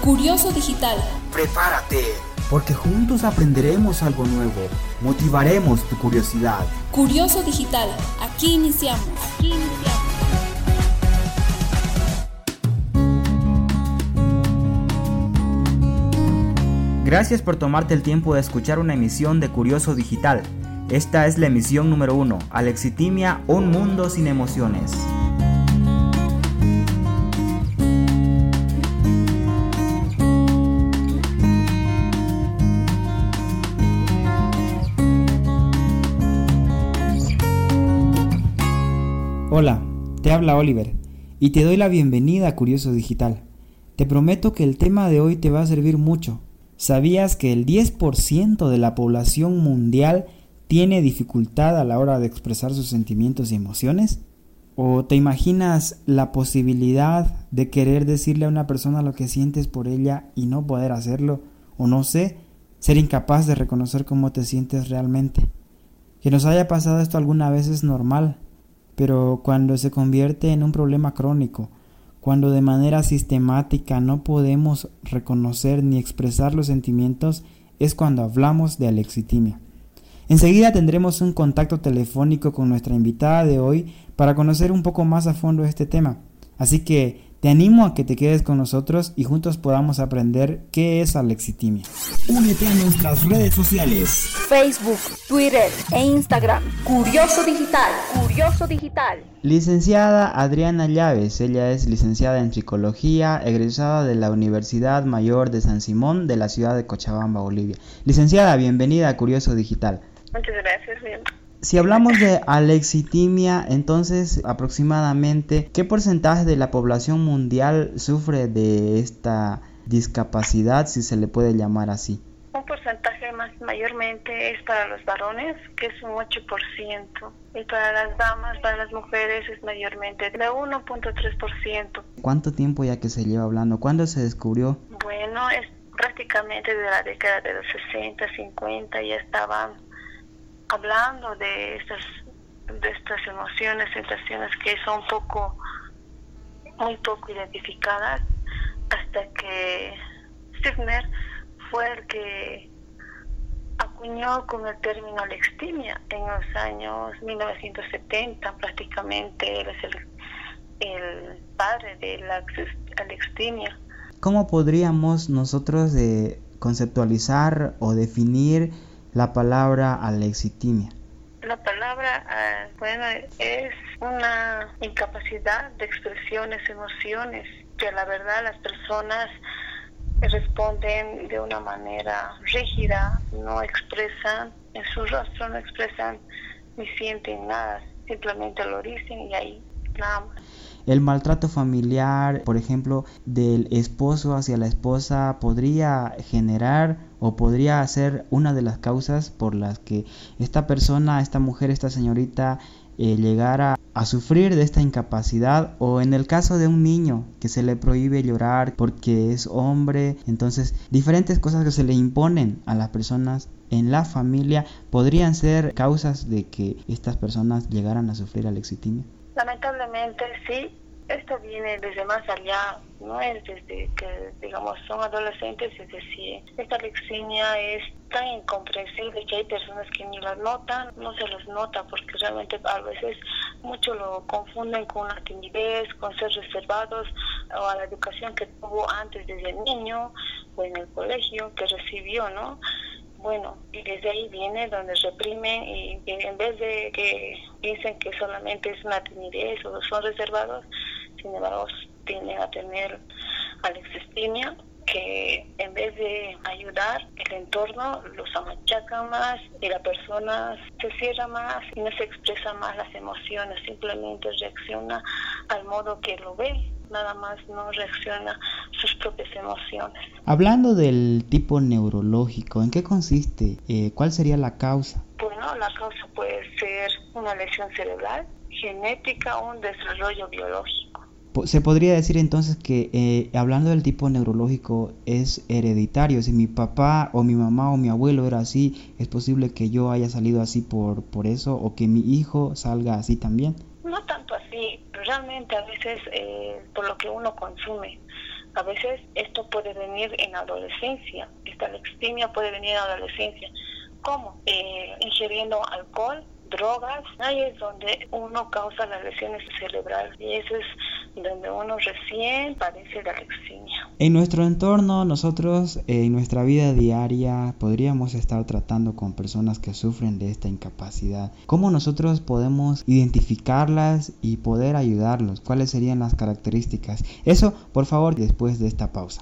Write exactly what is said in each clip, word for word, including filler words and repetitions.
Curioso Digital. Prepárate, porque juntos aprenderemos algo nuevo, motivaremos tu curiosidad. Curioso Digital, aquí iniciamos. Aquí iniciamos. Gracias por tomarte el tiempo de escuchar una emisión de Curioso Digital. Esta es la emisión número uno, Alexitimia, un mundo sin emociones. Hola, te habla Oliver y te doy la bienvenida a Curioso Digital. Te prometo que el tema de hoy te va a servir mucho. ¿Sabías que el diez por ciento de la población mundial tiene dificultad a la hora de expresar sus sentimientos y emociones? ¿O te imaginas la posibilidad de querer decirle a una persona lo que sientes por ella y no poder hacerlo? O no sé, ser incapaz de reconocer cómo te sientes realmente. Que nos haya pasado esto alguna vez es normal, pero cuando se convierte en un problema crónico, cuando de manera sistemática no podemos reconocer ni expresar los sentimientos, es cuando hablamos de alexitimia. Enseguida tendremos un contacto telefónico con nuestra invitada de hoy para conocer un poco más a fondo este tema. Así que te animo a que te quedes con nosotros y juntos podamos aprender qué es alexitimia. Únete a nuestras redes sociales: Facebook, Twitter e Instagram. Curioso Digital. Curioso Digital. Licenciada Adriana Llaves, ella es licenciada en Psicología, egresada de la Universidad Mayor de San Simón de la ciudad de Cochabamba, Bolivia. Licenciada, bienvenida a Curioso Digital. Muchas gracias, bien. Si hablamos de alexitimia, entonces aproximadamente, ¿qué porcentaje de la población mundial sufre de esta discapacidad, si se le puede llamar así? Un porcentaje más mayormente es para los varones, que es un ocho por ciento, y para las damas, para las mujeres es mayormente de uno punto tres por ciento. ¿Cuánto tiempo ya que se lleva hablando? ¿Cuándo se descubrió? Bueno, es prácticamente de la década de los sesenta, cincuenta, ya estaban hablando de estas de estas emociones, sensaciones que son poco, muy poco identificadas, hasta que Stigner fue el que acuñó con el término alextimia en los años mil novecientos setenta, prácticamente él es el, el padre de la alextimia. ¿Cómo podríamos nosotros de conceptualizar o definir la palabra alexitimia? La palabra, uh, bueno, es una incapacidad de expresiones, emociones, que la verdad las personas responden de una manera rígida, no expresan en su rostro, no expresan ni sienten nada, simplemente lo dicen y ahí nada más. El maltrato familiar, por ejemplo, del esposo hacia la esposa, podría generar o podría ser una de las causas por las que esta persona, esta mujer, esta señorita eh, llegara a sufrir de esta incapacidad. O en el caso de un niño que se le prohíbe llorar porque es hombre, entonces diferentes cosas que se le imponen a las personas en la familia podrían ser causas de que estas personas llegaran a sufrir alexitimia. Lamentablemente sí, esto viene desde más allá, no es desde que, digamos, son adolescentes, es decir, esta aleximia es tan incomprensible que hay personas que ni la notan, no se los nota, porque realmente a veces mucho lo confunden con la timidez, con ser reservados, o a la educación que tuvo antes desde niño, o en el colegio que recibió, ¿no? Bueno, y desde ahí viene donde reprimen y en vez de que piensen que solamente es una timidez o son reservados, sin embargo tienden a tener alexistimia, que en vez de ayudar el entorno los amachacan más y la persona se cierra más y no se expresa más las emociones, simplemente reacciona al modo que lo ve, nada más no reacciona a sus propias emociones. Hablando del tipo neurológico, ¿en qué consiste? Eh, ¿Cuál sería la causa? Bueno, la causa puede ser una lesión cerebral, genética o un desarrollo biológico. Se podría decir entonces que eh, hablando del tipo neurológico es hereditario. Si mi papá o mi mamá o mi abuelo era así, ¿es posible que yo haya salido así por, por eso o que mi hijo salga así también? No tanto así, realmente a veces eh, por lo que uno consume. A veces esto puede venir en adolescencia, esta lexemia puede venir en adolescencia. ¿Cómo? Eh, ingiriendo alcohol, drogas, ahí es donde uno causa las lesiones cerebrales y eso es donde uno recién padece la lexemia. En nuestro entorno, nosotros eh, en nuestra vida diaria podríamos estar tratando con personas que sufren de esta incapacidad. ¿Cómo nosotros podemos identificarlas y poder ayudarlos? ¿Cuáles serían las características? Eso, por favor, después de esta pausa.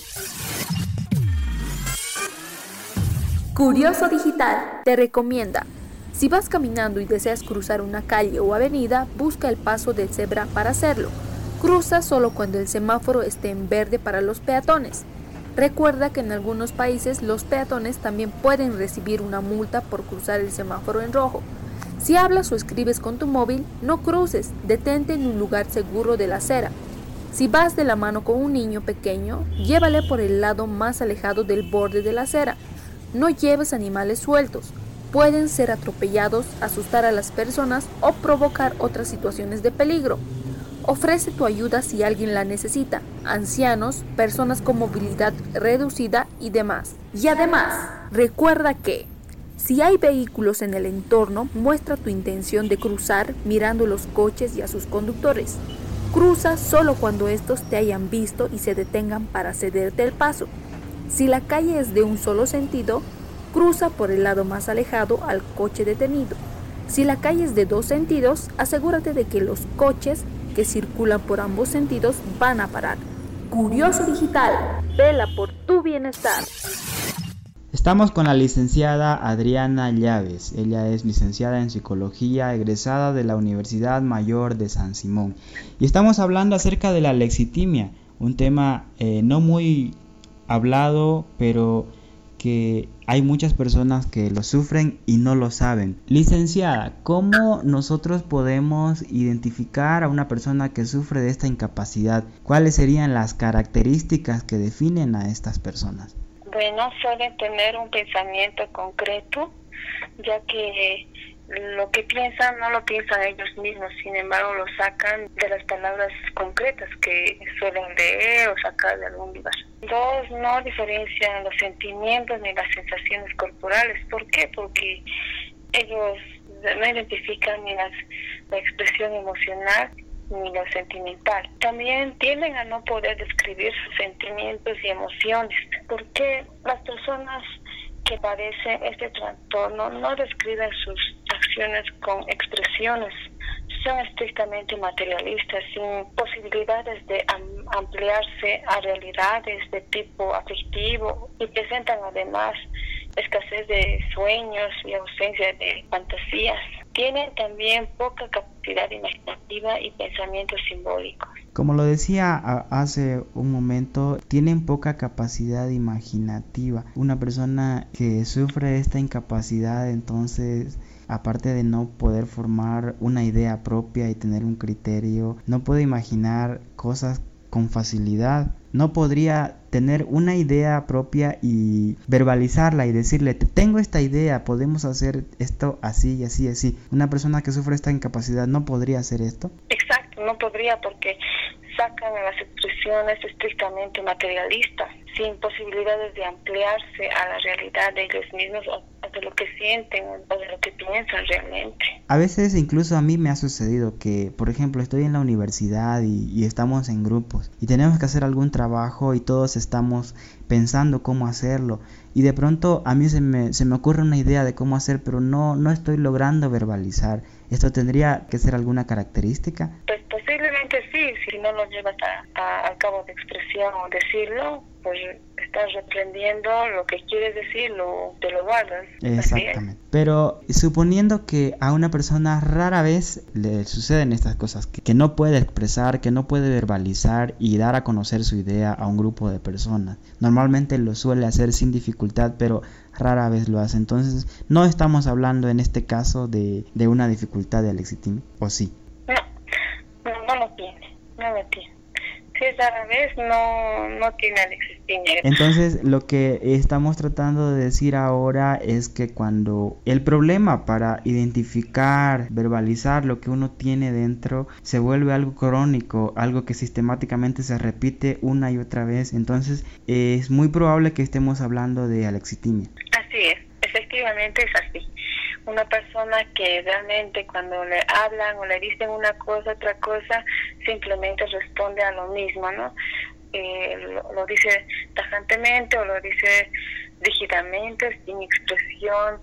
Curioso Digital te recomienda: si vas caminando y deseas cruzar una calle o avenida, busca el paso del cebra para hacerlo. Cruza solo cuando el semáforo esté en verde para los peatones. Recuerda que en algunos países los peatones también pueden recibir una multa por cruzar el semáforo en rojo. Si hablas o escribes con tu móvil, no cruces, detente en un lugar seguro de la acera. Si vas de la mano con un niño pequeño, llévale por el lado más alejado del borde de la acera. No lleves animales sueltos. Pueden ser atropellados, asustar a las personas o provocar otras situaciones de peligro. Ofrece tu ayuda si alguien la necesita, ancianos, personas con movilidad reducida y demás. Y además, recuerda que si hay vehículos en el entorno, muestra tu intención de cruzar mirando los coches y a sus conductores. Cruza solo cuando estos te hayan visto y se detengan para cederte el paso. Si la calle es de un solo sentido, cruza por el lado más alejado al coche detenido. Si la calle es de dos sentidos, asegúrate de que los coches que circulan por ambos sentidos van a parar. Curioso Digital, vela por tu bienestar. Estamos con la licenciada Adriana Llaves. Ella es licenciada en Psicología, egresada de la Universidad Mayor de San Simón. Y estamos hablando acerca de la lexitimia, un tema eh, no muy hablado, pero que hay muchas personas que lo sufren y no lo saben. Licenciada, ¿cómo nosotros podemos identificar a una persona que sufre de esta incapacidad? ¿Cuáles serían las características que definen a estas personas? Bueno, suelen tener un pensamiento concreto, ya que lo que piensan no lo piensan ellos mismos, sin embargo lo sacan de las palabras concretas que suelen leer o sacar de algún lugar. Dos, no diferencian los sentimientos ni las sensaciones corporales. ¿Por qué? Porque ellos no identifican ni las, la expresión emocional ni lo sentimental. También tienden a no poder describir sus sentimientos y emociones, porque las personas que padecen este trastorno no describen sus acciones con expresiones, son estrictamente materialistas, sin posibilidades de am- ampliarse a realidades de tipo afectivo y presentan además escasez de sueños y ausencia de fantasías. Tienen también poca capacidad imaginativa y pensamientos simbólicos. Como lo decía hace un momento, tienen poca capacidad imaginativa. Una persona que sufre esta incapacidad, entonces, aparte de no poder formar una idea propia y tener un criterio, no puede imaginar cosas con facilidad. No podría tener una idea propia y verbalizarla y decirle, tengo esta idea, podemos hacer esto así y así y así. Una persona que sufre esta incapacidad no podría hacer esto. Exacto, no podría, porque sacan las expresiones estrictamente materialistas, sin posibilidades de ampliarse a la realidad de ellos mismos o de lo que sienten o de lo que piensan realmente. A veces incluso a mí me ha sucedido que, por ejemplo, estoy en la universidad y, y estamos en grupos y tenemos que hacer algún trabajo y todos estamos pensando cómo hacerlo y de pronto a mí se me, se me ocurre una idea de cómo hacer, pero no, no estoy logrando verbalizar. ¿Esto tendría que ser alguna característica? Pues posiblemente sí, si no lo llevas a, a, a cabo de expresión o decirlo, pues estás reprendiendo lo que quieres decir, lo, te lo guardas. Exactamente. Pero suponiendo que a una persona rara vez le suceden estas cosas, que, que no puede expresar, que no puede verbalizar y dar a conocer su idea a un grupo de personas. Normalmente lo suele hacer sin dificultad, pero rara vez lo hace. Entonces, no estamos hablando en este caso de, de una dificultad de lexitimia, ¿o sí? No, no, no lo tiene, no lo tiene. Si es rara vez, no, no tiene lexitimia. alexitimia. Entonces, lo que estamos tratando de decir ahora es que cuando el problema para identificar, verbalizar lo que uno tiene dentro se vuelve algo crónico, algo que sistemáticamente se repite una y otra vez, entonces es muy probable que estemos hablando de alexitimia. Así es, efectivamente es así. Una persona que realmente cuando le hablan o le dicen una cosa, otra cosa, simplemente responde a lo mismo, ¿no? Eh, lo, lo dice tajantemente o lo dice rígidamente, sin expresión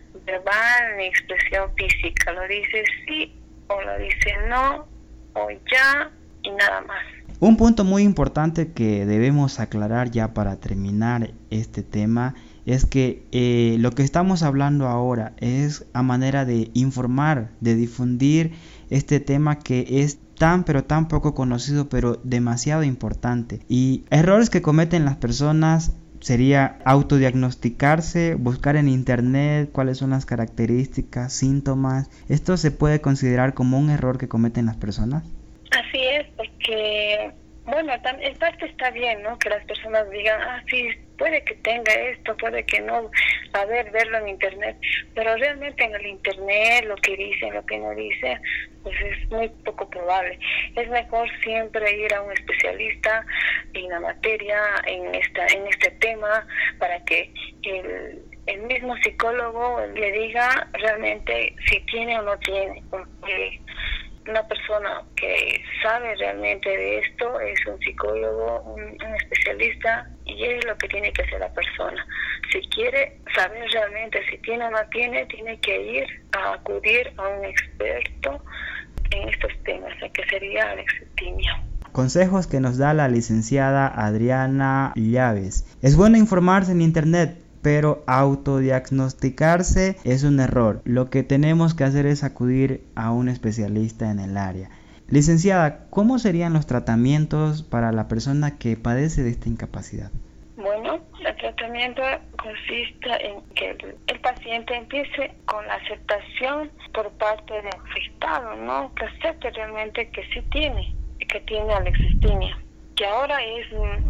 verbal ni expresión física. Lo dice sí o lo dice no o ya y nada más. Un punto muy importante que debemos aclarar ya para terminar este tema es que eh, lo que estamos hablando ahora es a manera de informar, de difundir este tema que es tan pero tan poco conocido pero demasiado importante. Y errores que cometen las personas sería autodiagnosticarse, buscar en internet cuáles son las características, síntomas. ¿Esto se puede considerar como un error que cometen las personas? Así es, porque, bueno, en parte está bien, ¿no? Que las personas digan, ah, sí, puede que tenga esto, puede que no, a ver, verlo en internet, pero realmente en el internet lo que dice, lo que no dice, pues es muy poco probable. Es mejor siempre ir a un especialista en la materia, en esta, en este tema, para que el, el mismo psicólogo le diga realmente si tiene o no tiene, porque una persona que sabe realmente de esto es un psicólogo, un, un especialista, y es lo que tiene que hacer la persona. Si quiere saber realmente si tiene o no tiene, tiene que ir a acudir a un experto en estos temas, que sería alexithymia. Consejos que nos da la licenciada Adriana Llaves. Es bueno informarse en internet, pero autodiagnosticarse es un error. Lo que tenemos que hacer es acudir a un especialista en el área. Licenciada, ¿cómo serían los tratamientos para la persona que padece de esta incapacidad? Bueno, el tratamiento consiste en que el, el paciente empiece con la aceptación por parte del afectado, ¿no? Que acepte realmente que sí tiene, que tiene alexithymia. Que ahora es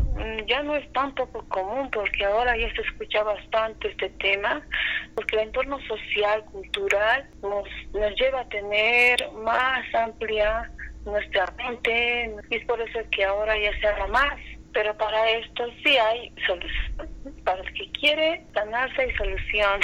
ya no es tan poco común, porque ahora ya se escucha bastante este tema, porque el entorno social, cultural, nos, nos lleva a tener más amplia nuestra mente, y es por eso que ahora ya se habla más. Pero para esto sí hay solución. Para el que quiere sanarse hay solución.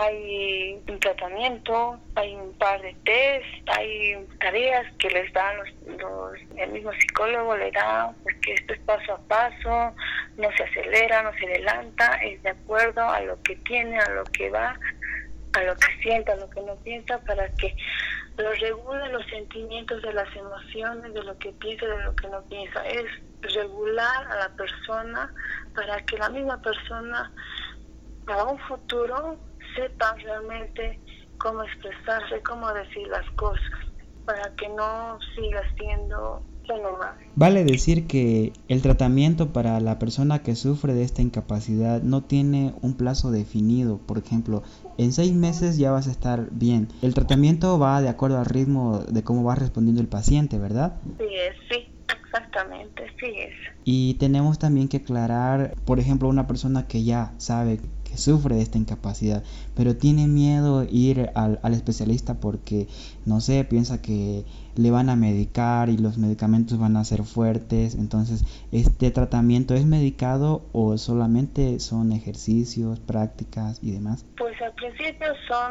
Hay un tratamiento, hay un par de test, hay tareas que les dan los, los, el mismo psicólogo le da, porque esto es paso a paso, no se acelera, no se adelanta, es de acuerdo a lo que tiene, a lo que va, a lo que siente, a lo que no piensa, para que lo regule los sentimientos de las emociones, de lo que piensa, de lo que no piensa. Es regular a la persona para que la misma persona para un futuro sepa realmente cómo expresarse, cómo decir las cosas, para que no siga siendo normal. Vale decir que el tratamiento para la persona que sufre de esta incapacidad no tiene un plazo definido. Por ejemplo, en seis meses ya vas a estar bien. El tratamiento va de acuerdo al ritmo de cómo va respondiendo el paciente, ¿verdad? Sí, es, sí, exactamente, sí es. Y tenemos también que aclarar, por ejemplo, una persona que ya sabe que sufre de esta incapacidad, pero tiene miedo ir al, al especialista porque, no sé, piensa que le van a medicar y los medicamentos van a ser fuertes. Entonces, ¿este tratamiento es medicado o solamente son ejercicios, prácticas y demás? Pues al principio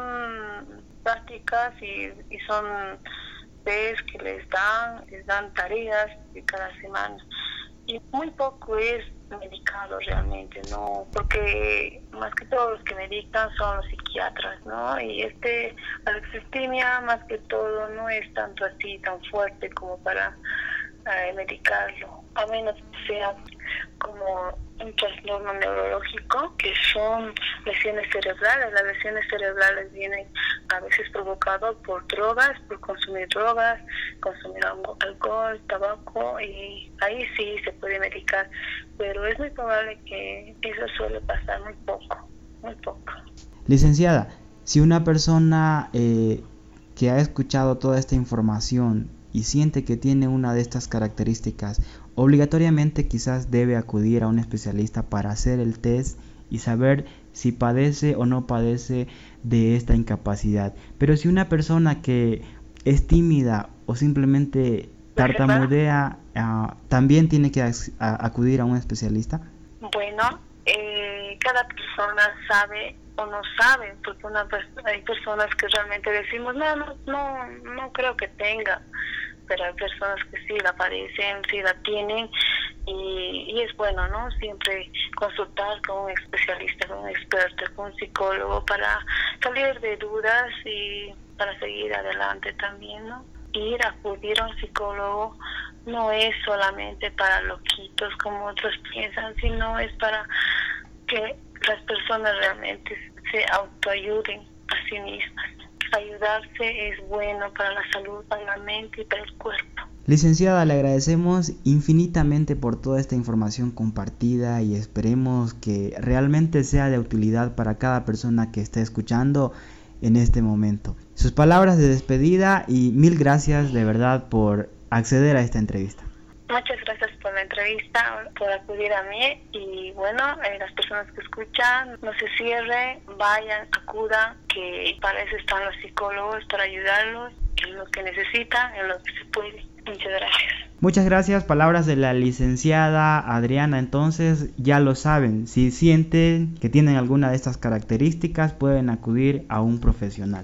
son prácticas y, y son test que les dan, les dan tareas de cada semana. Y muy poco es medicado realmente, ¿no? Porque más que todo los que medican son los psiquiatras, ¿no? Y este alexithymia más que todo no es tanto así, tan fuerte como para eh, medicarlo, a menos que sea como un trastorno neurológico, que son lesiones cerebrales. Las lesiones cerebrales vienen a veces provocadas por drogas, por consumir drogas, consumir alcohol, tabaco, y ahí sí se puede medicar, pero es muy probable que eso suele pasar muy poco, muy poco. Licenciada, si una persona eh, que ha escuchado toda esta información y siente que tiene una de estas características, obligatoriamente quizás debe acudir a un especialista para hacer el test y saber si padece o no padece de esta incapacidad. Pero si una persona que es tímida o simplemente tartamudea, uh, ¿también tiene que ac- a acudir a un especialista? Bueno, eh, cada persona sabe o no sabe, porque una, hay personas que realmente decimos, no, no, no, no creo que tenga, pero hay personas que sí la padecen, sí la tienen, y, y es bueno, ¿no? Siempre consultar con un especialista, con un experto, con un psicólogo para salir de dudas y para seguir adelante también, ¿no? Ir a acudir a un psicólogo no es solamente para loquitos como otros piensan, sino es para que las personas realmente se autoayuden a sí mismas. Ayudarse es bueno para la salud, para la mente y para el cuerpo. Licenciada, le agradecemos infinitamente por toda esta información compartida y esperemos que realmente sea de utilidad para cada persona que esté escuchando en este momento. Sus palabras de despedida y mil gracias de verdad por acceder a esta entrevista. Muchas gracias por la entrevista, por acudir a mí y bueno, eh, las personas que escuchan, no se cierren, vayan, acudan, que para eso están los psicólogos, para ayudarlos en lo que necesitan, en lo que se puede. Muchas gracias. Muchas gracias, palabras de la licenciada Adriana. Entonces ya lo saben, si sienten que tienen alguna de estas características pueden acudir a un profesional.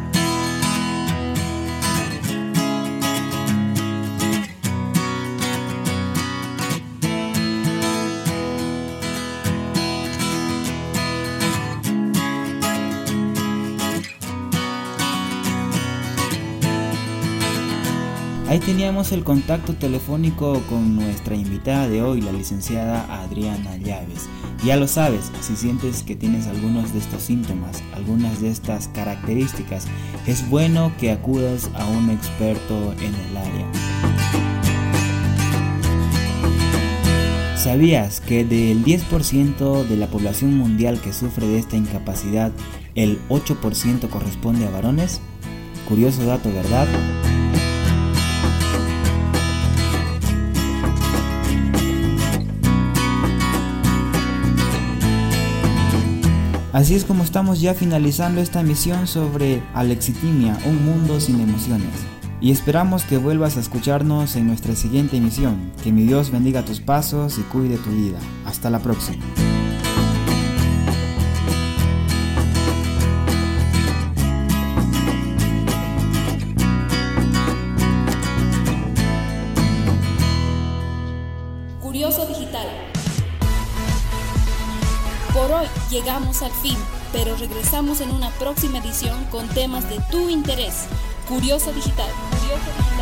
Ahí teníamos el contacto telefónico con nuestra invitada de hoy, la licenciada Adriana Llaves. Ya lo sabes, si sientes que tienes algunos de estos síntomas, algunas de estas características, es bueno que acudas a un experto en el área. ¿Sabías que del diez por ciento de la población mundial que sufre de esta incapacidad, el ocho por ciento corresponde a varones? Curioso dato, ¿verdad? Así es como estamos ya finalizando esta emisión sobre alexitimia, un mundo sin emociones. Y esperamos que vuelvas a escucharnos en nuestra siguiente emisión. Que mi Dios bendiga tus pasos y cuide tu vida. Hasta la próxima. Curioso Digital. Por hoy llegamos al fin, pero regresamos en una próxima edición con temas de tu interés. Curioso Digital. Curioso Digital.